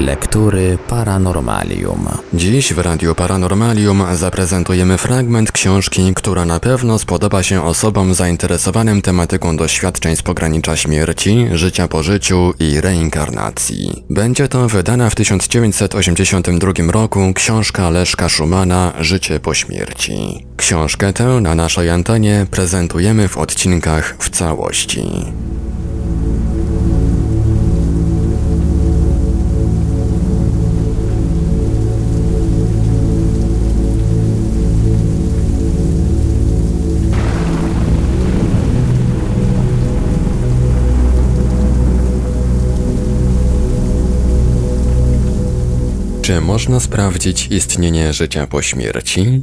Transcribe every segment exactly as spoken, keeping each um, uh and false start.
Lektury Paranormalium. Dziś w Radiu Paranormalium zaprezentujemy fragment książki, która na pewno spodoba się osobom zainteresowanym tematyką doświadczeń z pogranicza śmierci, życia po życiu i reinkarnacji. Będzie to wydana w tysiąc dziewięćset osiemdziesiątym drugim roku książka Leszka Szumana Życie po śmierci. Książkę tę na naszej antenie prezentujemy w odcinkach w całości. Czy można sprawdzić istnienie życia po śmierci?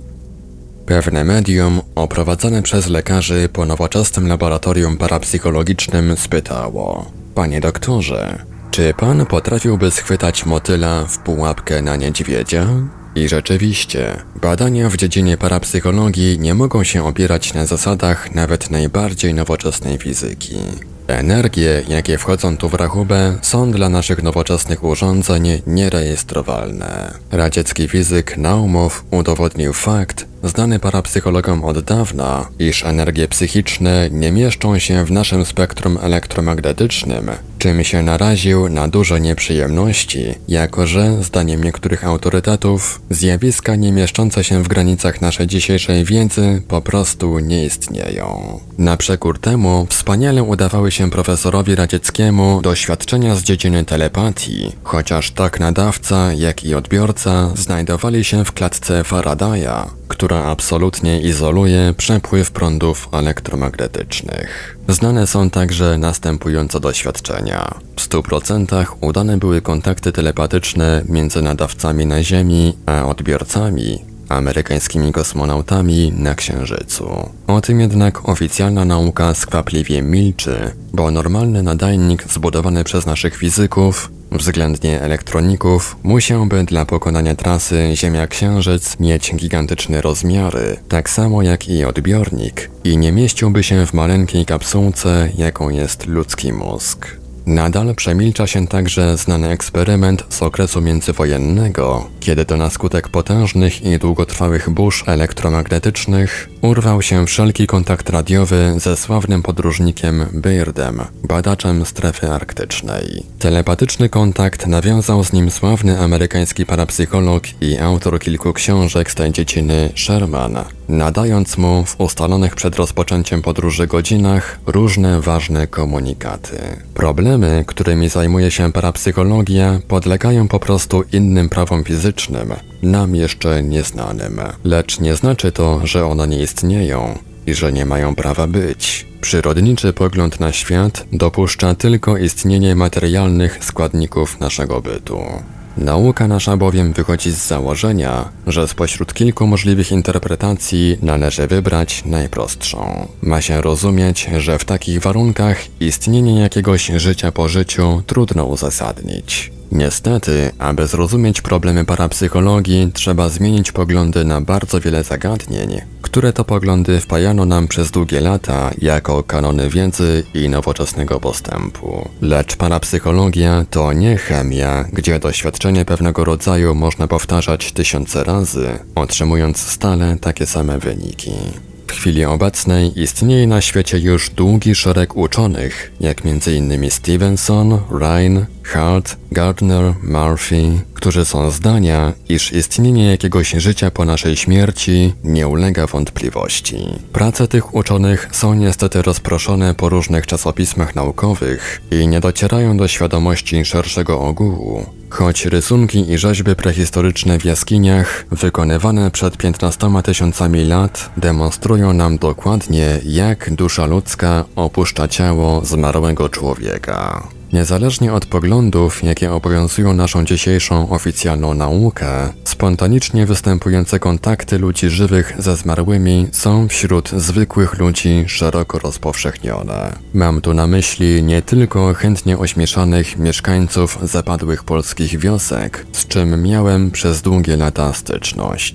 Pewne medium, oprowadzone przez lekarzy po nowoczesnym laboratorium parapsychologicznym, spytało: Panie doktorze, czy pan potrafiłby schwytać motyla w pułapkę na niedźwiedzia? I rzeczywiście, badania w dziedzinie parapsychologii nie mogą się opierać na zasadach nawet najbardziej nowoczesnej fizyki. Energie, jakie wchodzą tu w rachubę, są dla naszych nowoczesnych urządzeń nierejestrowalne. Radziecki fizyk Naumow udowodnił fakt, znany parapsychologom od dawna, iż energie psychiczne nie mieszczą się w naszym spektrum elektromagnetycznym, czym się naraził na duże nieprzyjemności, jako że, zdaniem niektórych autorytetów, zjawiska nie mieszczące się w granicach naszej dzisiejszej wiedzy po prostu nie istnieją. Na przekór temu wspaniale udawały się profesorowi Radzieckiemu doświadczenia z dziedziny telepatii, chociaż tak nadawca, jak i odbiorca znajdowali się w klatce Faradaya, która absolutnie izoluje przepływ prądów elektromagnetycznych. Znane są także następujące doświadczenia. W stu procentach udane były kontakty telepatyczne między nadawcami na Ziemi a odbiorcami, amerykańskimi kosmonautami na Księżycu. O tym jednak oficjalna nauka skwapliwie milczy, bo normalny nadajnik zbudowany przez naszych fizyków, względnie elektroników, musiałby dla pokonania trasy Ziemia-Księżyc mieć gigantyczne rozmiary, tak samo jak i odbiornik, i nie mieściłby się w maleńkiej kapsułce, jaką jest ludzki mózg. Nadal przemilcza się także znany eksperyment z okresu międzywojennego, kiedy to na skutek potężnych i długotrwałych burz elektromagnetycznych urwał się wszelki kontakt radiowy ze sławnym podróżnikiem Byrdem, badaczem strefy arktycznej. Telepatyczny kontakt nawiązał z nim sławny amerykański parapsycholog i autor kilku książek z tej dziedziny Sherman, nadając mu w ustalonych przed rozpoczęciem podróży godzinach różne ważne komunikaty. Problemy, którymi zajmuje się parapsychologia, podlegają po prostu innym prawom fizycznym, nam jeszcze nieznanym. Lecz nie znaczy to, że one nie istnieją i że nie mają prawa być. Przyrodniczy pogląd na świat dopuszcza tylko istnienie materialnych składników naszego bytu. Nauka nasza bowiem wychodzi z założenia, że spośród kilku możliwych interpretacji należy wybrać najprostszą. Ma się rozumieć, że w takich warunkach istnienie jakiegoś życia po życiu trudno uzasadnić. Niestety, aby zrozumieć problemy parapsychologii, trzeba zmienić poglądy na bardzo wiele zagadnień, które to poglądy wpajano nam przez długie lata jako kanony wiedzy i nowoczesnego postępu. Lecz parapsychologia to nie chemia, gdzie doświadczenie pewnego rodzaju można powtarzać tysiące razy, otrzymując stale takie same wyniki. W chwili obecnej istnieje na świecie już długi szereg uczonych, jak między innymi Stevenson, Ryan, Hart, Gardner, Murphy, którzy są zdania, iż istnienie jakiegoś życia po naszej śmierci nie ulega wątpliwości. Prace tych uczonych są niestety rozproszone po różnych czasopismach naukowych i nie docierają do świadomości szerszego ogółu. Choć rysunki i rzeźby prehistoryczne w jaskiniach, wykonywane przed piętnastoma tysiącami lat, demonstrują nam dokładnie, jak dusza ludzka opuszcza ciało zmarłego człowieka. Niezależnie od poglądów, jakie obowiązują naszą dzisiejszą oficjalną naukę, spontanicznie występujące kontakty ludzi żywych ze zmarłymi są wśród zwykłych ludzi szeroko rozpowszechnione. Mam tu na myśli nie tylko chętnie ośmieszanych mieszkańców zapadłych polskich wiosek, z czym miałem przez długie lata styczność.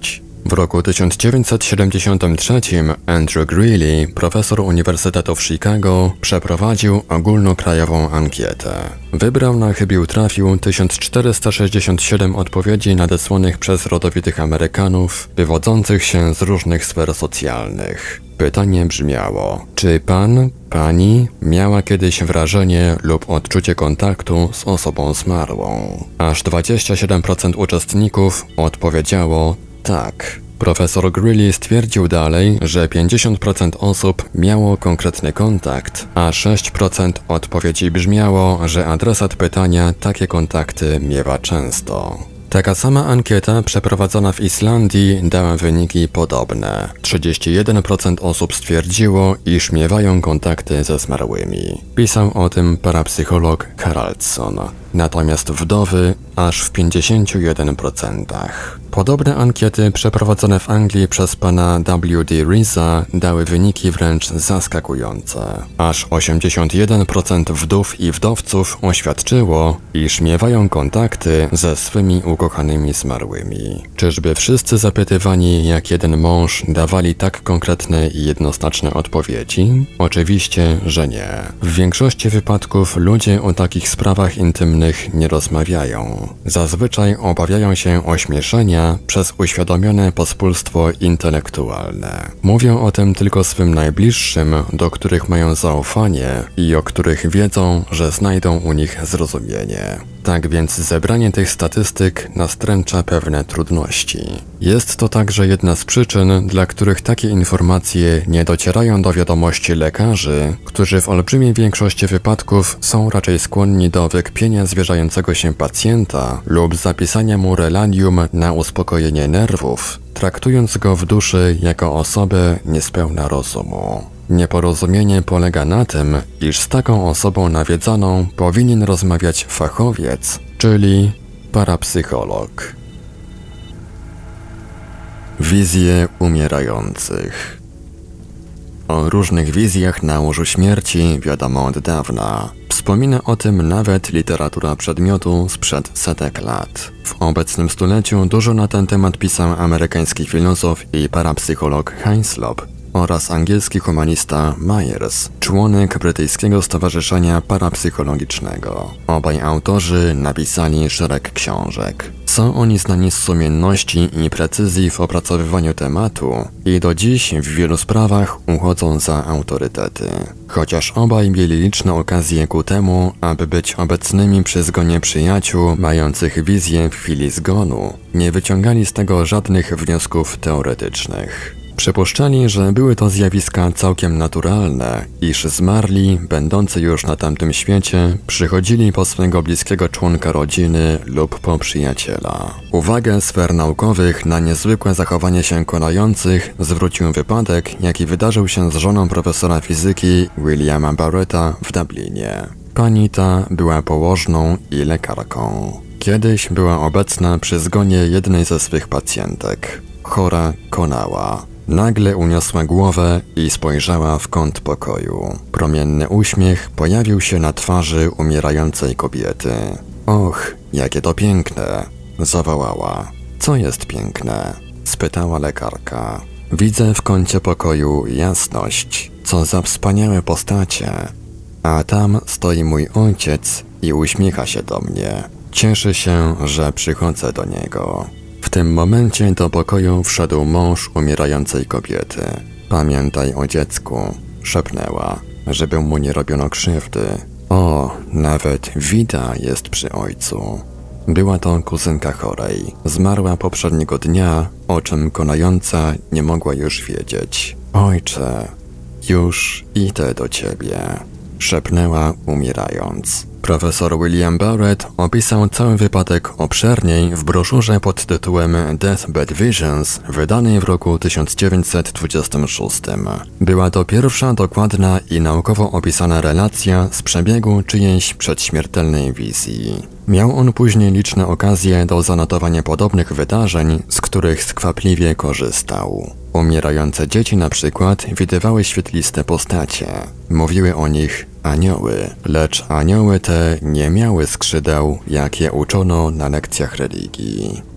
W roku tysiąc dziewięćset siedemdziesiątym trzecim Andrew Greeley, profesor Uniwersytetu w Chicago, przeprowadził ogólnokrajową ankietę. Wybrał na chybił trafił tysiąc czterysta sześćdziesiąt siedem odpowiedzi nadesłanych przez rodowitych Amerykanów, wywodzących się z różnych sfer socjalnych. Pytanie brzmiało: czy pan, pani miała kiedyś wrażenie lub odczucie kontaktu z osobą zmarłą? Aż dwadzieścia siedem procent uczestników odpowiedziało tak. Profesor Greeley stwierdził dalej, że pięćdziesiąt procent osób miało konkretny kontakt, a sześć procent odpowiedzi brzmiało, że adresat pytania takie kontakty miewa często. Taka sama ankieta przeprowadzona w Islandii dała wyniki podobne. trzydzieści jeden procent osób stwierdziło, iż miewają kontakty ze zmarłymi. Pisał o tym parapsycholog Haraldsson. Natomiast wdowy aż w pięćdziesięciu jeden procentach. Podobne ankiety przeprowadzone w Anglii przez pana W D Reesa dały wyniki wręcz zaskakujące. Aż osiemdziesiąt jeden procent wdów i wdowców oświadczyło, iż miewają kontakty ze swymi ukochanymi zmarłymi. Czyżby wszyscy zapytywani jak jeden mąż dawali tak konkretne i jednoznaczne odpowiedzi? Oczywiście, że nie. W większości wypadków ludzie o takich sprawach intymnych nie rozmawiają. Zazwyczaj obawiają się ośmieszenia przez uświadomione pospólstwo intelektualne. Mówią o tym tylko swym najbliższym, do których mają zaufanie i o których wiedzą, że znajdą u nich zrozumienie. Tak więc zebranie tych statystyk nastręcza pewne trudności. Jest to także jedna z przyczyn, dla których takie informacje nie docierają do wiadomości lekarzy, którzy w olbrzymiej większości wypadków są raczej skłonni do wykpienia zwierzającego się pacjenta lub zapisania mu relanium na uspokojenie nerwów, traktując go w duszy jako osobę niespełna rozumu. Nieporozumienie polega na tym, iż z taką osobą nawiedzaną powinien rozmawiać fachowiec, czyli parapsycholog. Wizje umierających. O różnych wizjach na łożu śmierci wiadomo od dawna. Wspomina o tym nawet literatura przedmiotu sprzed setek lat. W obecnym stuleciu dużo na ten temat pisał amerykański filozof i parapsycholog Hislop oraz angielski humanista Myers, członek brytyjskiego stowarzyszenia parapsychologicznego. Obaj autorzy napisali szereg książek. Są oni znani z sumienności i precyzji w opracowywaniu tematu i do dziś w wielu sprawach uchodzą za autorytety. Chociaż obaj mieli liczne okazje ku temu, aby być obecnymi przy zgonie przyjaciół mających wizję w chwili zgonu, nie wyciągali z tego żadnych wniosków teoretycznych. Przypuszczali, że były to zjawiska całkiem naturalne, iż zmarli, będący już na tamtym świecie, przychodzili po swego bliskiego członka rodziny lub po przyjaciela. Uwagę sfer naukowych na niezwykłe zachowanie się konających zwrócił wypadek, jaki wydarzył się z żoną profesora fizyki Williama Barretta w Dublinie. Pani ta była położną i lekarką. Kiedyś była obecna przy zgonie jednej ze swych pacjentek. Chora konała. Nagle uniosła głowę i spojrzała w kąt pokoju. Promienny uśmiech pojawił się na twarzy umierającej kobiety. Och, jakie to piękne! Zawołała. Co jest piękne? Spytała lekarka. Widzę w kącie pokoju jasność. Co za wspaniałe postacie. A tam stoi mój ojciec i uśmiecha się do mnie. Cieszy się, że przychodzę do niego. W tym momencie do pokoju wszedł mąż umierającej kobiety. Pamiętaj o dziecku, szepnęła, żeby mu nie robiono krzywdy. O, nawet Wida jest przy ojcu. Była to kuzynka chorej. Zmarła poprzedniego dnia, o czym konająca nie mogła już wiedzieć. Ojcze, już idę do ciebie, szepnęła umierając. Profesor William Barrett opisał cały wypadek obszerniej w broszurze pod tytułem Deathbed Visions, wydanej w roku tysiąc dziewięćset dwudziestym szóstym. Była to pierwsza dokładna i naukowo opisana relacja z przebiegu czyjejś przedśmiertelnej wizji. Miał on później liczne okazje do zanotowania podobnych wydarzeń, z których skwapliwie korzystał. Umierające dzieci na przykład widywały świetliste postacie. Mówiły o nich anioły, lecz anioły te nie miały skrzydeł, jak je uczono na lekcjach religii.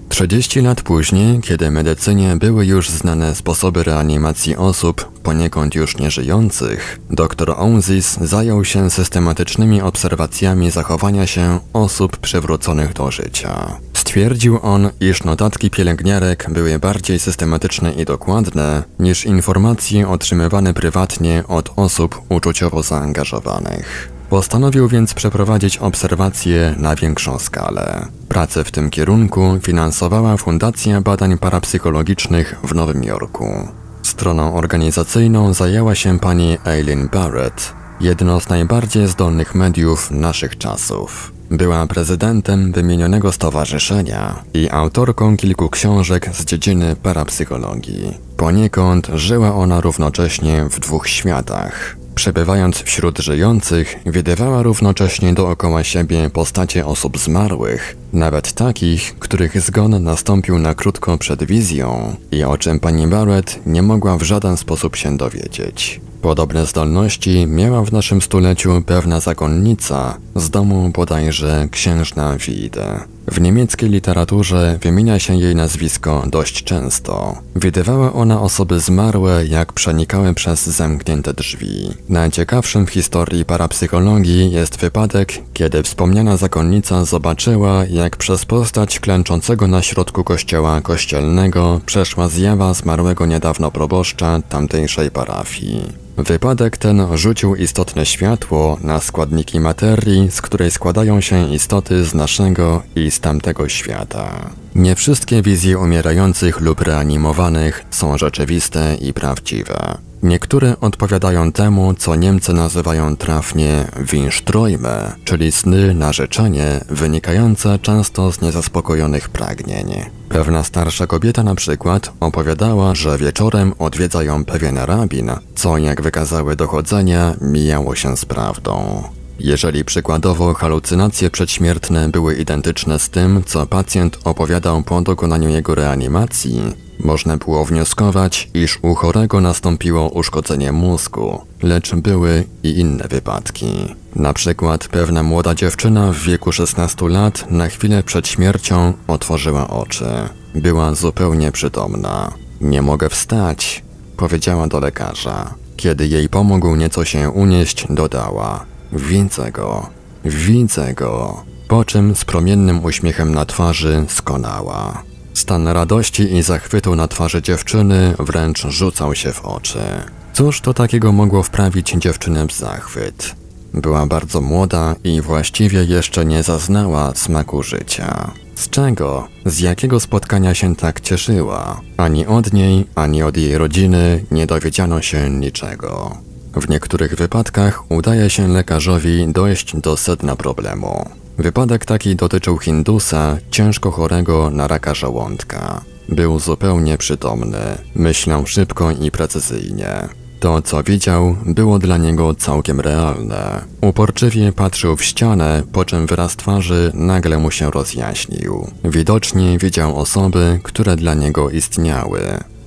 trzydzieści lat później, kiedy medycynie były już znane sposoby reanimacji osób poniekąd już nieżyjących, dr Ouzis zajął się systematycznymi obserwacjami zachowania się osób przywróconych do życia. Stwierdził on, iż notatki pielęgniarek były bardziej systematyczne i dokładne niż informacje otrzymywane prywatnie od osób uczuciowo zaangażowanych. Postanowił więc przeprowadzić obserwacje na większą skalę. Pracę w tym kierunku finansowała Fundacja Badań Parapsychologicznych w Nowym Jorku. Stroną organizacyjną zajęła się pani Eileen Barrett, jedno z najbardziej zdolnych mediów naszych czasów. Była prezydentem wymienionego stowarzyszenia i autorką kilku książek z dziedziny parapsychologii. Poniekąd żyła ona równocześnie w dwóch światach. Przebywając wśród żyjących, widywała równocześnie dookoła siebie postacie osób zmarłych, nawet takich, których zgon nastąpił na krótko przed wizją i o czym pani Barrett nie mogła w żaden sposób się dowiedzieć. Podobne zdolności miała w naszym stuleciu pewna zakonnica z domu bodajże księżna Wiede. W niemieckiej literaturze wymienia się jej nazwisko dość często. Widywała ona osoby zmarłe, jak przenikały przez zamknięte drzwi. Najciekawszym w historii parapsychologii jest wypadek, kiedy wspomniana zakonnica zobaczyła, jak przez postać klęczącego na środku kościoła kościelnego przeszła zjawa zmarłego niedawno proboszcza tamtejszej parafii. Wypadek ten rzucił istotne światło na składniki materii, z której składają się istoty z naszego i z tamtego świata. Nie wszystkie wizje umierających lub reanimowanych są rzeczywiste i prawdziwe. Niektóre odpowiadają temu, co Niemcy nazywają trafnie Wunschträume, czyli sny na życzenie, wynikające często z niezaspokojonych pragnień. Pewna starsza kobieta na przykład opowiadała, że wieczorem odwiedza ją pewien rabin, co jak wykazały dochodzenia, mijało się z prawdą. Jeżeli przykładowo halucynacje przedśmiertne były identyczne z tym, co pacjent opowiadał po dokonaniu jego reanimacji, można było wnioskować, iż u chorego nastąpiło uszkodzenie mózgu, lecz były i inne wypadki. Na przykład pewna młoda dziewczyna w wieku szesnastu lat na chwilę przed śmiercią otworzyła oczy. Była zupełnie przytomna. Nie mogę wstać, powiedziała do lekarza. Kiedy jej pomógł nieco się unieść, dodała: widzę go, widzę go, po czym z promiennym uśmiechem na twarzy skonała. Stan radości i zachwytu na twarzy dziewczyny wręcz rzucał się w oczy. Cóż to takiego mogło wprawić dziewczynę w zachwyt? Była bardzo młoda i właściwie jeszcze nie zaznała smaku życia. Z czego, z jakiego spotkania się tak cieszyła? Ani od niej, ani od jej rodziny nie dowiedziano się niczego. W niektórych wypadkach udaje się lekarzowi dojść do sedna problemu. Wypadek taki dotyczył Hindusa, ciężko chorego na raka żołądka. Był zupełnie przytomny, myślał szybko i precyzyjnie. To, co widział, było dla niego całkiem realne. Uporczywie patrzył w ścianę, po czym wyraz twarzy nagle mu się rozjaśnił. Widocznie widział osoby, które dla niego istniały.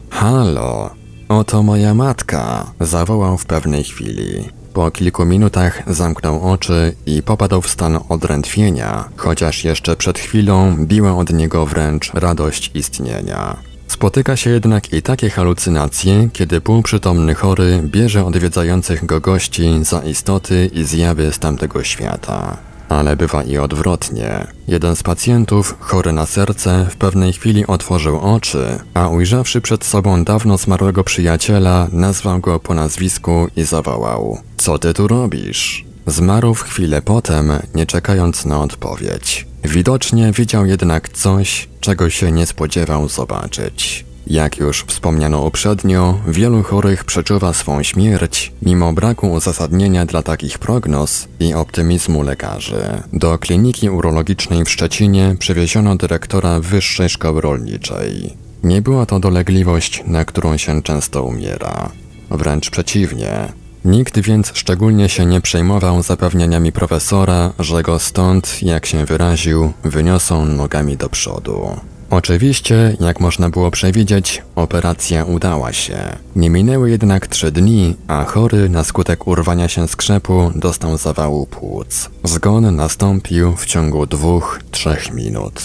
Halo, oto moja matka, zawołał w pewnej chwili. Po kilku minutach zamknął oczy i popadał w stan odrętwienia, chociaż jeszcze przed chwilą biła od niego wręcz radość istnienia. Spotyka się jednak i takie halucynacje, kiedy półprzytomny chory bierze odwiedzających go gości za istoty i zjawy z tamtego świata. Ale bywa i odwrotnie. Jeden z pacjentów, chory na serce, w pewnej chwili otworzył oczy, a ujrzawszy przed sobą dawno zmarłego przyjaciela, nazwał go po nazwisku i zawołał: co ty tu robisz? Zmarł w chwilę potem, nie czekając na odpowiedź. Widocznie widział jednak coś, czego się nie spodziewał zobaczyć. Jak już wspomniano uprzednio, wielu chorych przeczuwa swą śmierć, mimo braku uzasadnienia dla takich prognoz i optymizmu lekarzy. Do kliniki urologicznej w Szczecinie przywieziono dyrektora Wyższej Szkoły Rolniczej. Nie była to dolegliwość, na którą się często umiera. Wręcz przeciwnie. Nikt więc szczególnie się nie przejmował zapewnieniami profesora, że go stąd, jak się wyraził, wyniosą nogami do przodu. Oczywiście, jak można było przewidzieć, operacja udała się. Nie minęły jednak trzy dni, a chory na skutek urwania się skrzepu dostał zawału płuc. Zgon nastąpił w ciągu dwóch, trzech minut.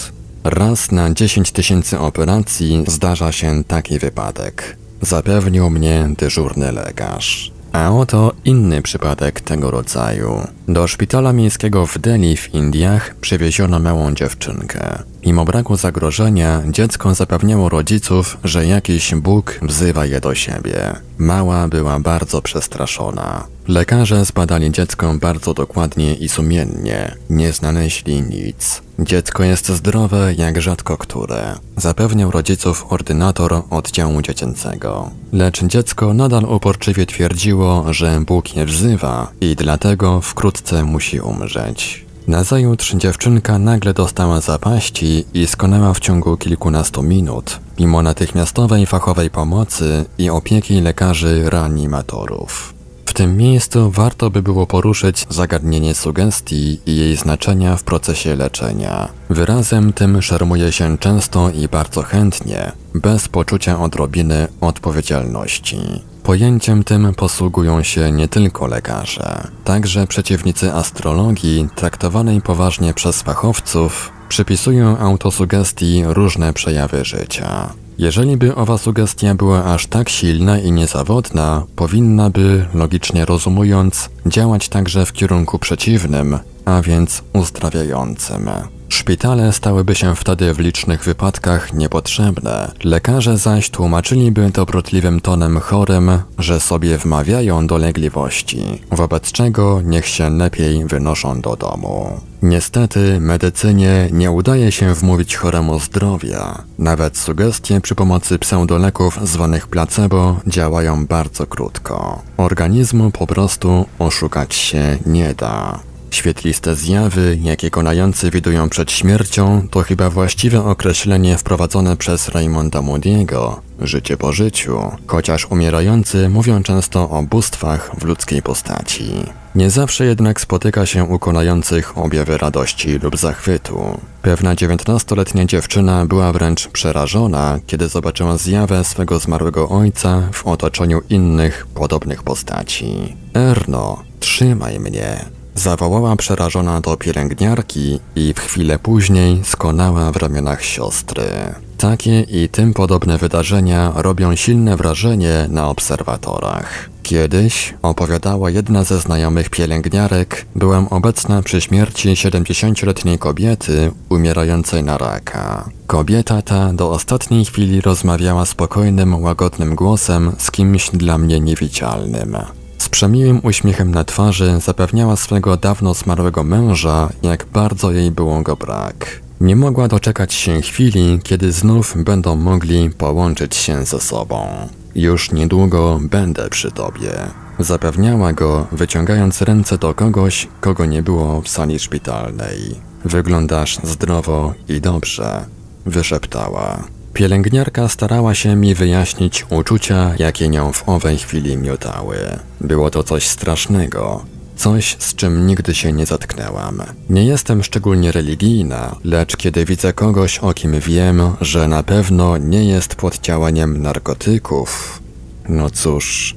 Raz na dziesięć tysięcy operacji zdarza się taki wypadek. Zapewnił mnie dyżurny lekarz. A oto inny przypadek tego rodzaju. Do szpitala miejskiego w Delhi w Indiach przywieziono małą dziewczynkę. Mimo braku zagrożenia, dziecko zapewniało rodziców, że jakiś Bóg wzywa je do siebie. Mała była bardzo przestraszona. Lekarze zbadali dziecko bardzo dokładnie i sumiennie. Nie znaleźli nic. Dziecko jest zdrowe jak rzadko które, zapewniał rodziców ordynator oddziału dziecięcego. Lecz dziecko nadal uporczywie twierdziło, że Bóg je wzywa i dlatego wkrótce musi umrzeć. Nazajutrz dziewczynka nagle dostała zapaści i skonała w ciągu kilkunastu minut, mimo natychmiastowej fachowej pomocy i opieki lekarzy reanimatorów. W tym miejscu warto by było poruszyć zagadnienie sugestii i jej znaczenia w procesie leczenia. Wyrazem tym szermuje się często i bardzo chętnie, bez poczucia odrobiny odpowiedzialności. Pojęciem tym posługują się nie tylko lekarze, także przeciwnicy astrologii, traktowanej poważnie przez fachowców, przypisują autosugestii różne przejawy życia. Jeżeli by owa sugestia była aż tak silna i niezawodna, powinna by, logicznie rozumując, działać także w kierunku przeciwnym, a więc uzdrawiającym. Szpitale stałyby się wtedy w licznych wypadkach niepotrzebne, lekarze zaś tłumaczyliby dobrotliwym tonem chorym, że sobie wmawiają dolegliwości, wobec czego niech się lepiej wynoszą do domu. Niestety medycynie nie udaje się wmówić choremu zdrowia. Nawet sugestie przy pomocy pseudoleków zwanych placebo działają bardzo krótko. Organizmu po prostu oszukać się nie da. Świetliste zjawy, jakie konający widują przed śmiercią, to chyba właściwe określenie wprowadzone przez Raymonda Moody'ego, życie po życiu, chociaż umierający mówią często o bóstwach w ludzkiej postaci. Nie zawsze jednak spotyka się u konających objawy radości lub zachwytu. Pewna dziewiętnastoletnia dziewczyna była wręcz przerażona, kiedy zobaczyła zjawę swego zmarłego ojca w otoczeniu innych podobnych postaci. Erno, trzymaj mnie! Zawołała przerażona do pielęgniarki i w chwilę później skonała w ramionach siostry. Takie i tym podobne wydarzenia robią silne wrażenie na obserwatorach. Kiedyś, opowiadała jedna ze znajomych pielęgniarek, byłam obecna przy śmierci siedemdziesięcioletniej kobiety umierającej na raka. Kobieta ta do ostatniej chwili rozmawiała spokojnym, łagodnym głosem z kimś dla mnie niewidzialnym. Z przemiłym uśmiechem na twarzy zapewniała swego dawno zmarłego męża, jak bardzo jej było go brak. Nie mogła doczekać się chwili, kiedy znów będą mogli połączyć się ze sobą. Już niedługo będę przy tobie. Zapewniała go, wyciągając ręce do kogoś, kogo nie było w sali szpitalnej. Wyglądasz zdrowo i dobrze, wyszeptała. Pielęgniarka starała się mi wyjaśnić uczucia, jakie nią w owej chwili miotały. Było to coś strasznego, coś, z czym nigdy się nie zatknęłam. Nie jestem szczególnie religijna, lecz kiedy widzę kogoś, o kim wiem, że na pewno nie jest pod działaniem narkotyków, no cóż,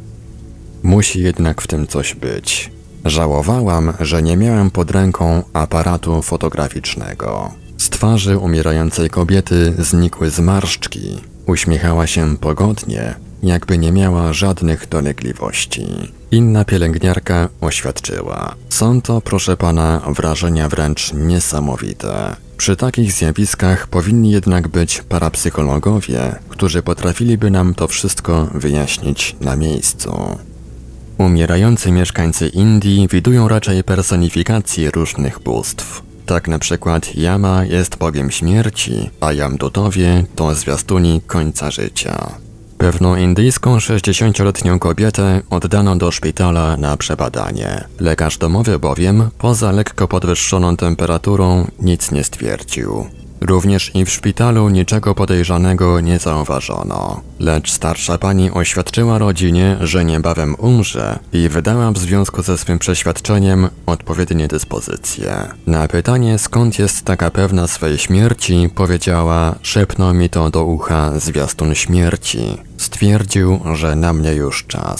musi jednak w tym coś być. Żałowałam, że nie miałem pod ręką aparatu fotograficznego. Z twarzy umierającej kobiety znikły zmarszczki. Uśmiechała się pogodnie, jakby nie miała żadnych dolegliwości. Inna pielęgniarka oświadczyła: są to, proszę pana, wrażenia wręcz niesamowite. Przy takich zjawiskach powinni jednak być parapsychologowie, którzy potrafiliby nam to wszystko wyjaśnić na miejscu. Umierający mieszkańcy Indii widują raczej personifikacje różnych bóstw. Tak na przykład Yama jest bogiem śmierci, a Yamdutowie to zwiastuni końca życia. Pewną indyjską sześćdziesięcioletnią kobietę oddano do szpitala na przebadanie. Lekarz domowy bowiem, poza lekko podwyższoną temperaturą, nic nie stwierdził. Również i w szpitalu niczego podejrzanego nie zauważono. Lecz starsza pani oświadczyła rodzinie, że niebawem umrze i wydała w związku ze swym przeświadczeniem odpowiednie dyspozycje. Na pytanie, skąd jest taka pewna swej śmierci, powiedziała: szepnął mi to do ucha zwiastun śmierci. Stwierdził, że na mnie już czas.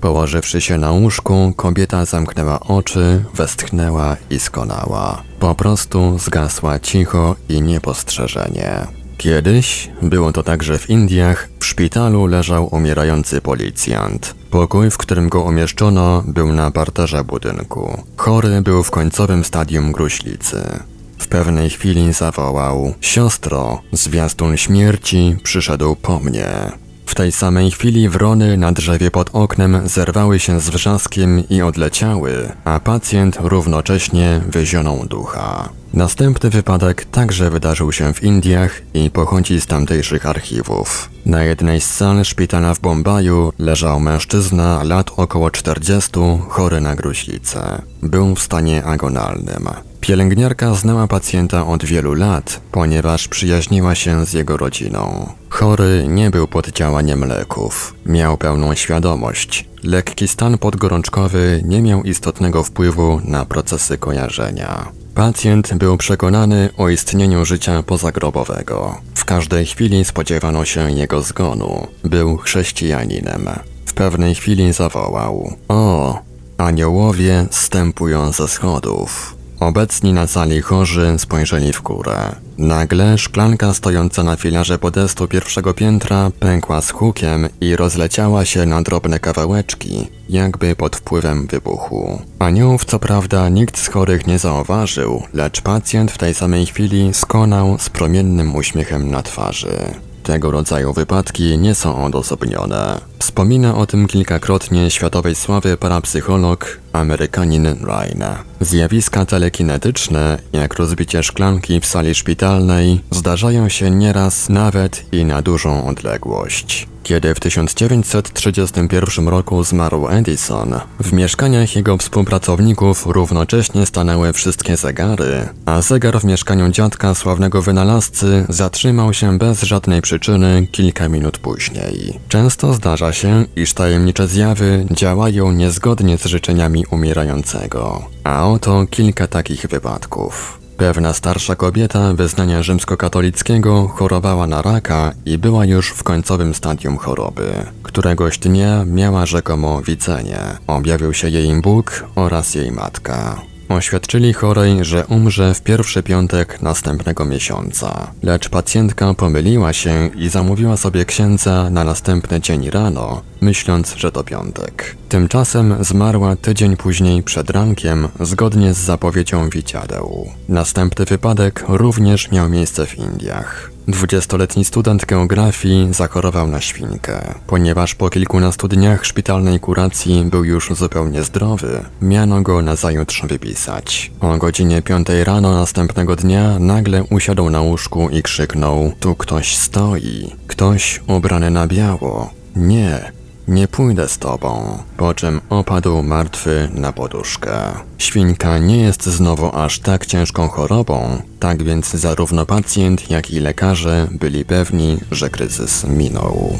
Położywszy się na łóżku, kobieta zamknęła oczy, westchnęła i skonała. Po prostu zgasła cicho i niepostrzeżenie. Kiedyś, było to także w Indiach, w szpitalu leżał umierający policjant. Pokój, w którym go umieszczono, był na parterze budynku. Chory był w końcowym stadium gruźlicy. W pewnej chwili zawołał: siostro, zwiastun śmierci przyszedł po mnie. W tej samej chwili wrony na drzewie pod oknem zerwały się z wrzaskiem i odleciały, a pacjent równocześnie wyzionął ducha. Następny wypadek także wydarzył się w Indiach i pochodzi z tamtejszych archiwów. Na jednej z sal szpitala w Bombaju leżał mężczyzna lat około czterdziestu, chory na gruźlicę. Był w stanie agonalnym. Pielęgniarka znała pacjenta od wielu lat, ponieważ przyjaźniła się z jego rodziną. Chory nie był pod działaniem leków. Miał pełną świadomość. Lekki stan podgorączkowy nie miał istotnego wpływu na procesy kojarzenia. Pacjent był przekonany o istnieniu życia pozagrobowego. W każdej chwili spodziewano się jego zgonu. Był chrześcijaninem. W pewnej chwili zawołał: o, aniołowie zstępują ze schodów. Obecni na sali chorzy spojrzeli w górę. Nagle szklanka stojąca na filarze podestu pierwszego piętra pękła z hukiem i rozleciała się na drobne kawałeczki, jakby pod wpływem wybuchu. Aniołów co prawda nikt z chorych nie zauważył, lecz pacjent w tej samej chwili skonał z promiennym uśmiechem na twarzy. Tego rodzaju wypadki nie są odosobnione. Wspomina o tym kilkakrotnie światowej sławy parapsycholog Amerykanin Ryan. Zjawiska telekinetyczne, jak rozbicie szklanki w sali szpitalnej, zdarzają się nieraz nawet i na dużą odległość. Kiedy w tysiąc dziewięćset trzydziestym pierwszym roku zmarł Edison, w mieszkaniach jego współpracowników równocześnie stanęły wszystkie zegary, a zegar w mieszkaniu dziadka sławnego wynalazcy zatrzymał się bez żadnej przyczyny kilka minut później. Często zdarza się, iż tajemnicze zjawy działają niezgodnie z życzeniami umierającego. A oto kilka takich wypadków. Pewna starsza kobieta wyznania rzymskokatolickiego chorowała na raka i była już w końcowym stadium choroby. Któregoś dnia miała rzekomo widzenie. Objawił się jej Bóg oraz jej matka. Oświadczyli chorej, że umrze w pierwszy piątek następnego miesiąca. Lecz pacjentka pomyliła się i zamówiła sobie księdza na następny dzień rano, myśląc, że to piątek. Tymczasem zmarła tydzień później przed rankiem, zgodnie z zapowiedzią widziadeł. Następny wypadek również miał miejsce w Indiach. Dwudziestoletni student geografii zachorował na świnkę. Ponieważ po kilkunastu dniach szpitalnej kuracji był już zupełnie zdrowy, miano go nazajutrz wypisać. O godzinie piątej rano następnego dnia nagle usiadł na łóżku i krzyknął: tu ktoś stoi, ktoś ubrany na biało. Nie, nie pójdę z tobą. Po czym opadł martwy na poduszkę. Świnka nie jest znowu aż tak ciężką chorobą, tak więc zarówno pacjent, jak i lekarze byli pewni, że kryzys minął.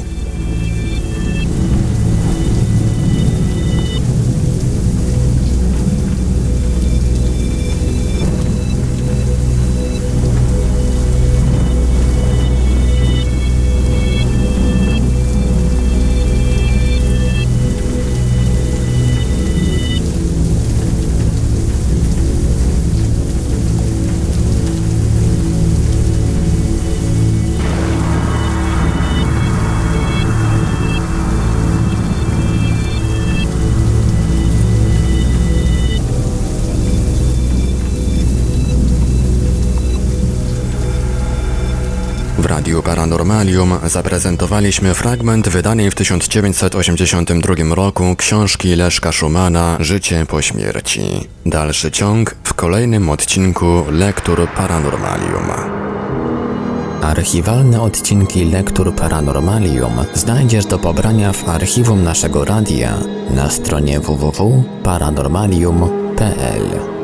W Radiu Paranormalium zaprezentowaliśmy fragment wydanej w tysiąc dziewięćset osiemdziesiątym drugim roku książki Leszka Szumana Życie po śmierci. Dalszy ciąg w kolejnym odcinku Lektur Paranormalium. Archiwalne odcinki Lektur Paranormalium znajdziesz do pobrania w archiwum naszego radia na stronie w w w kropka paranormalium kropka p l.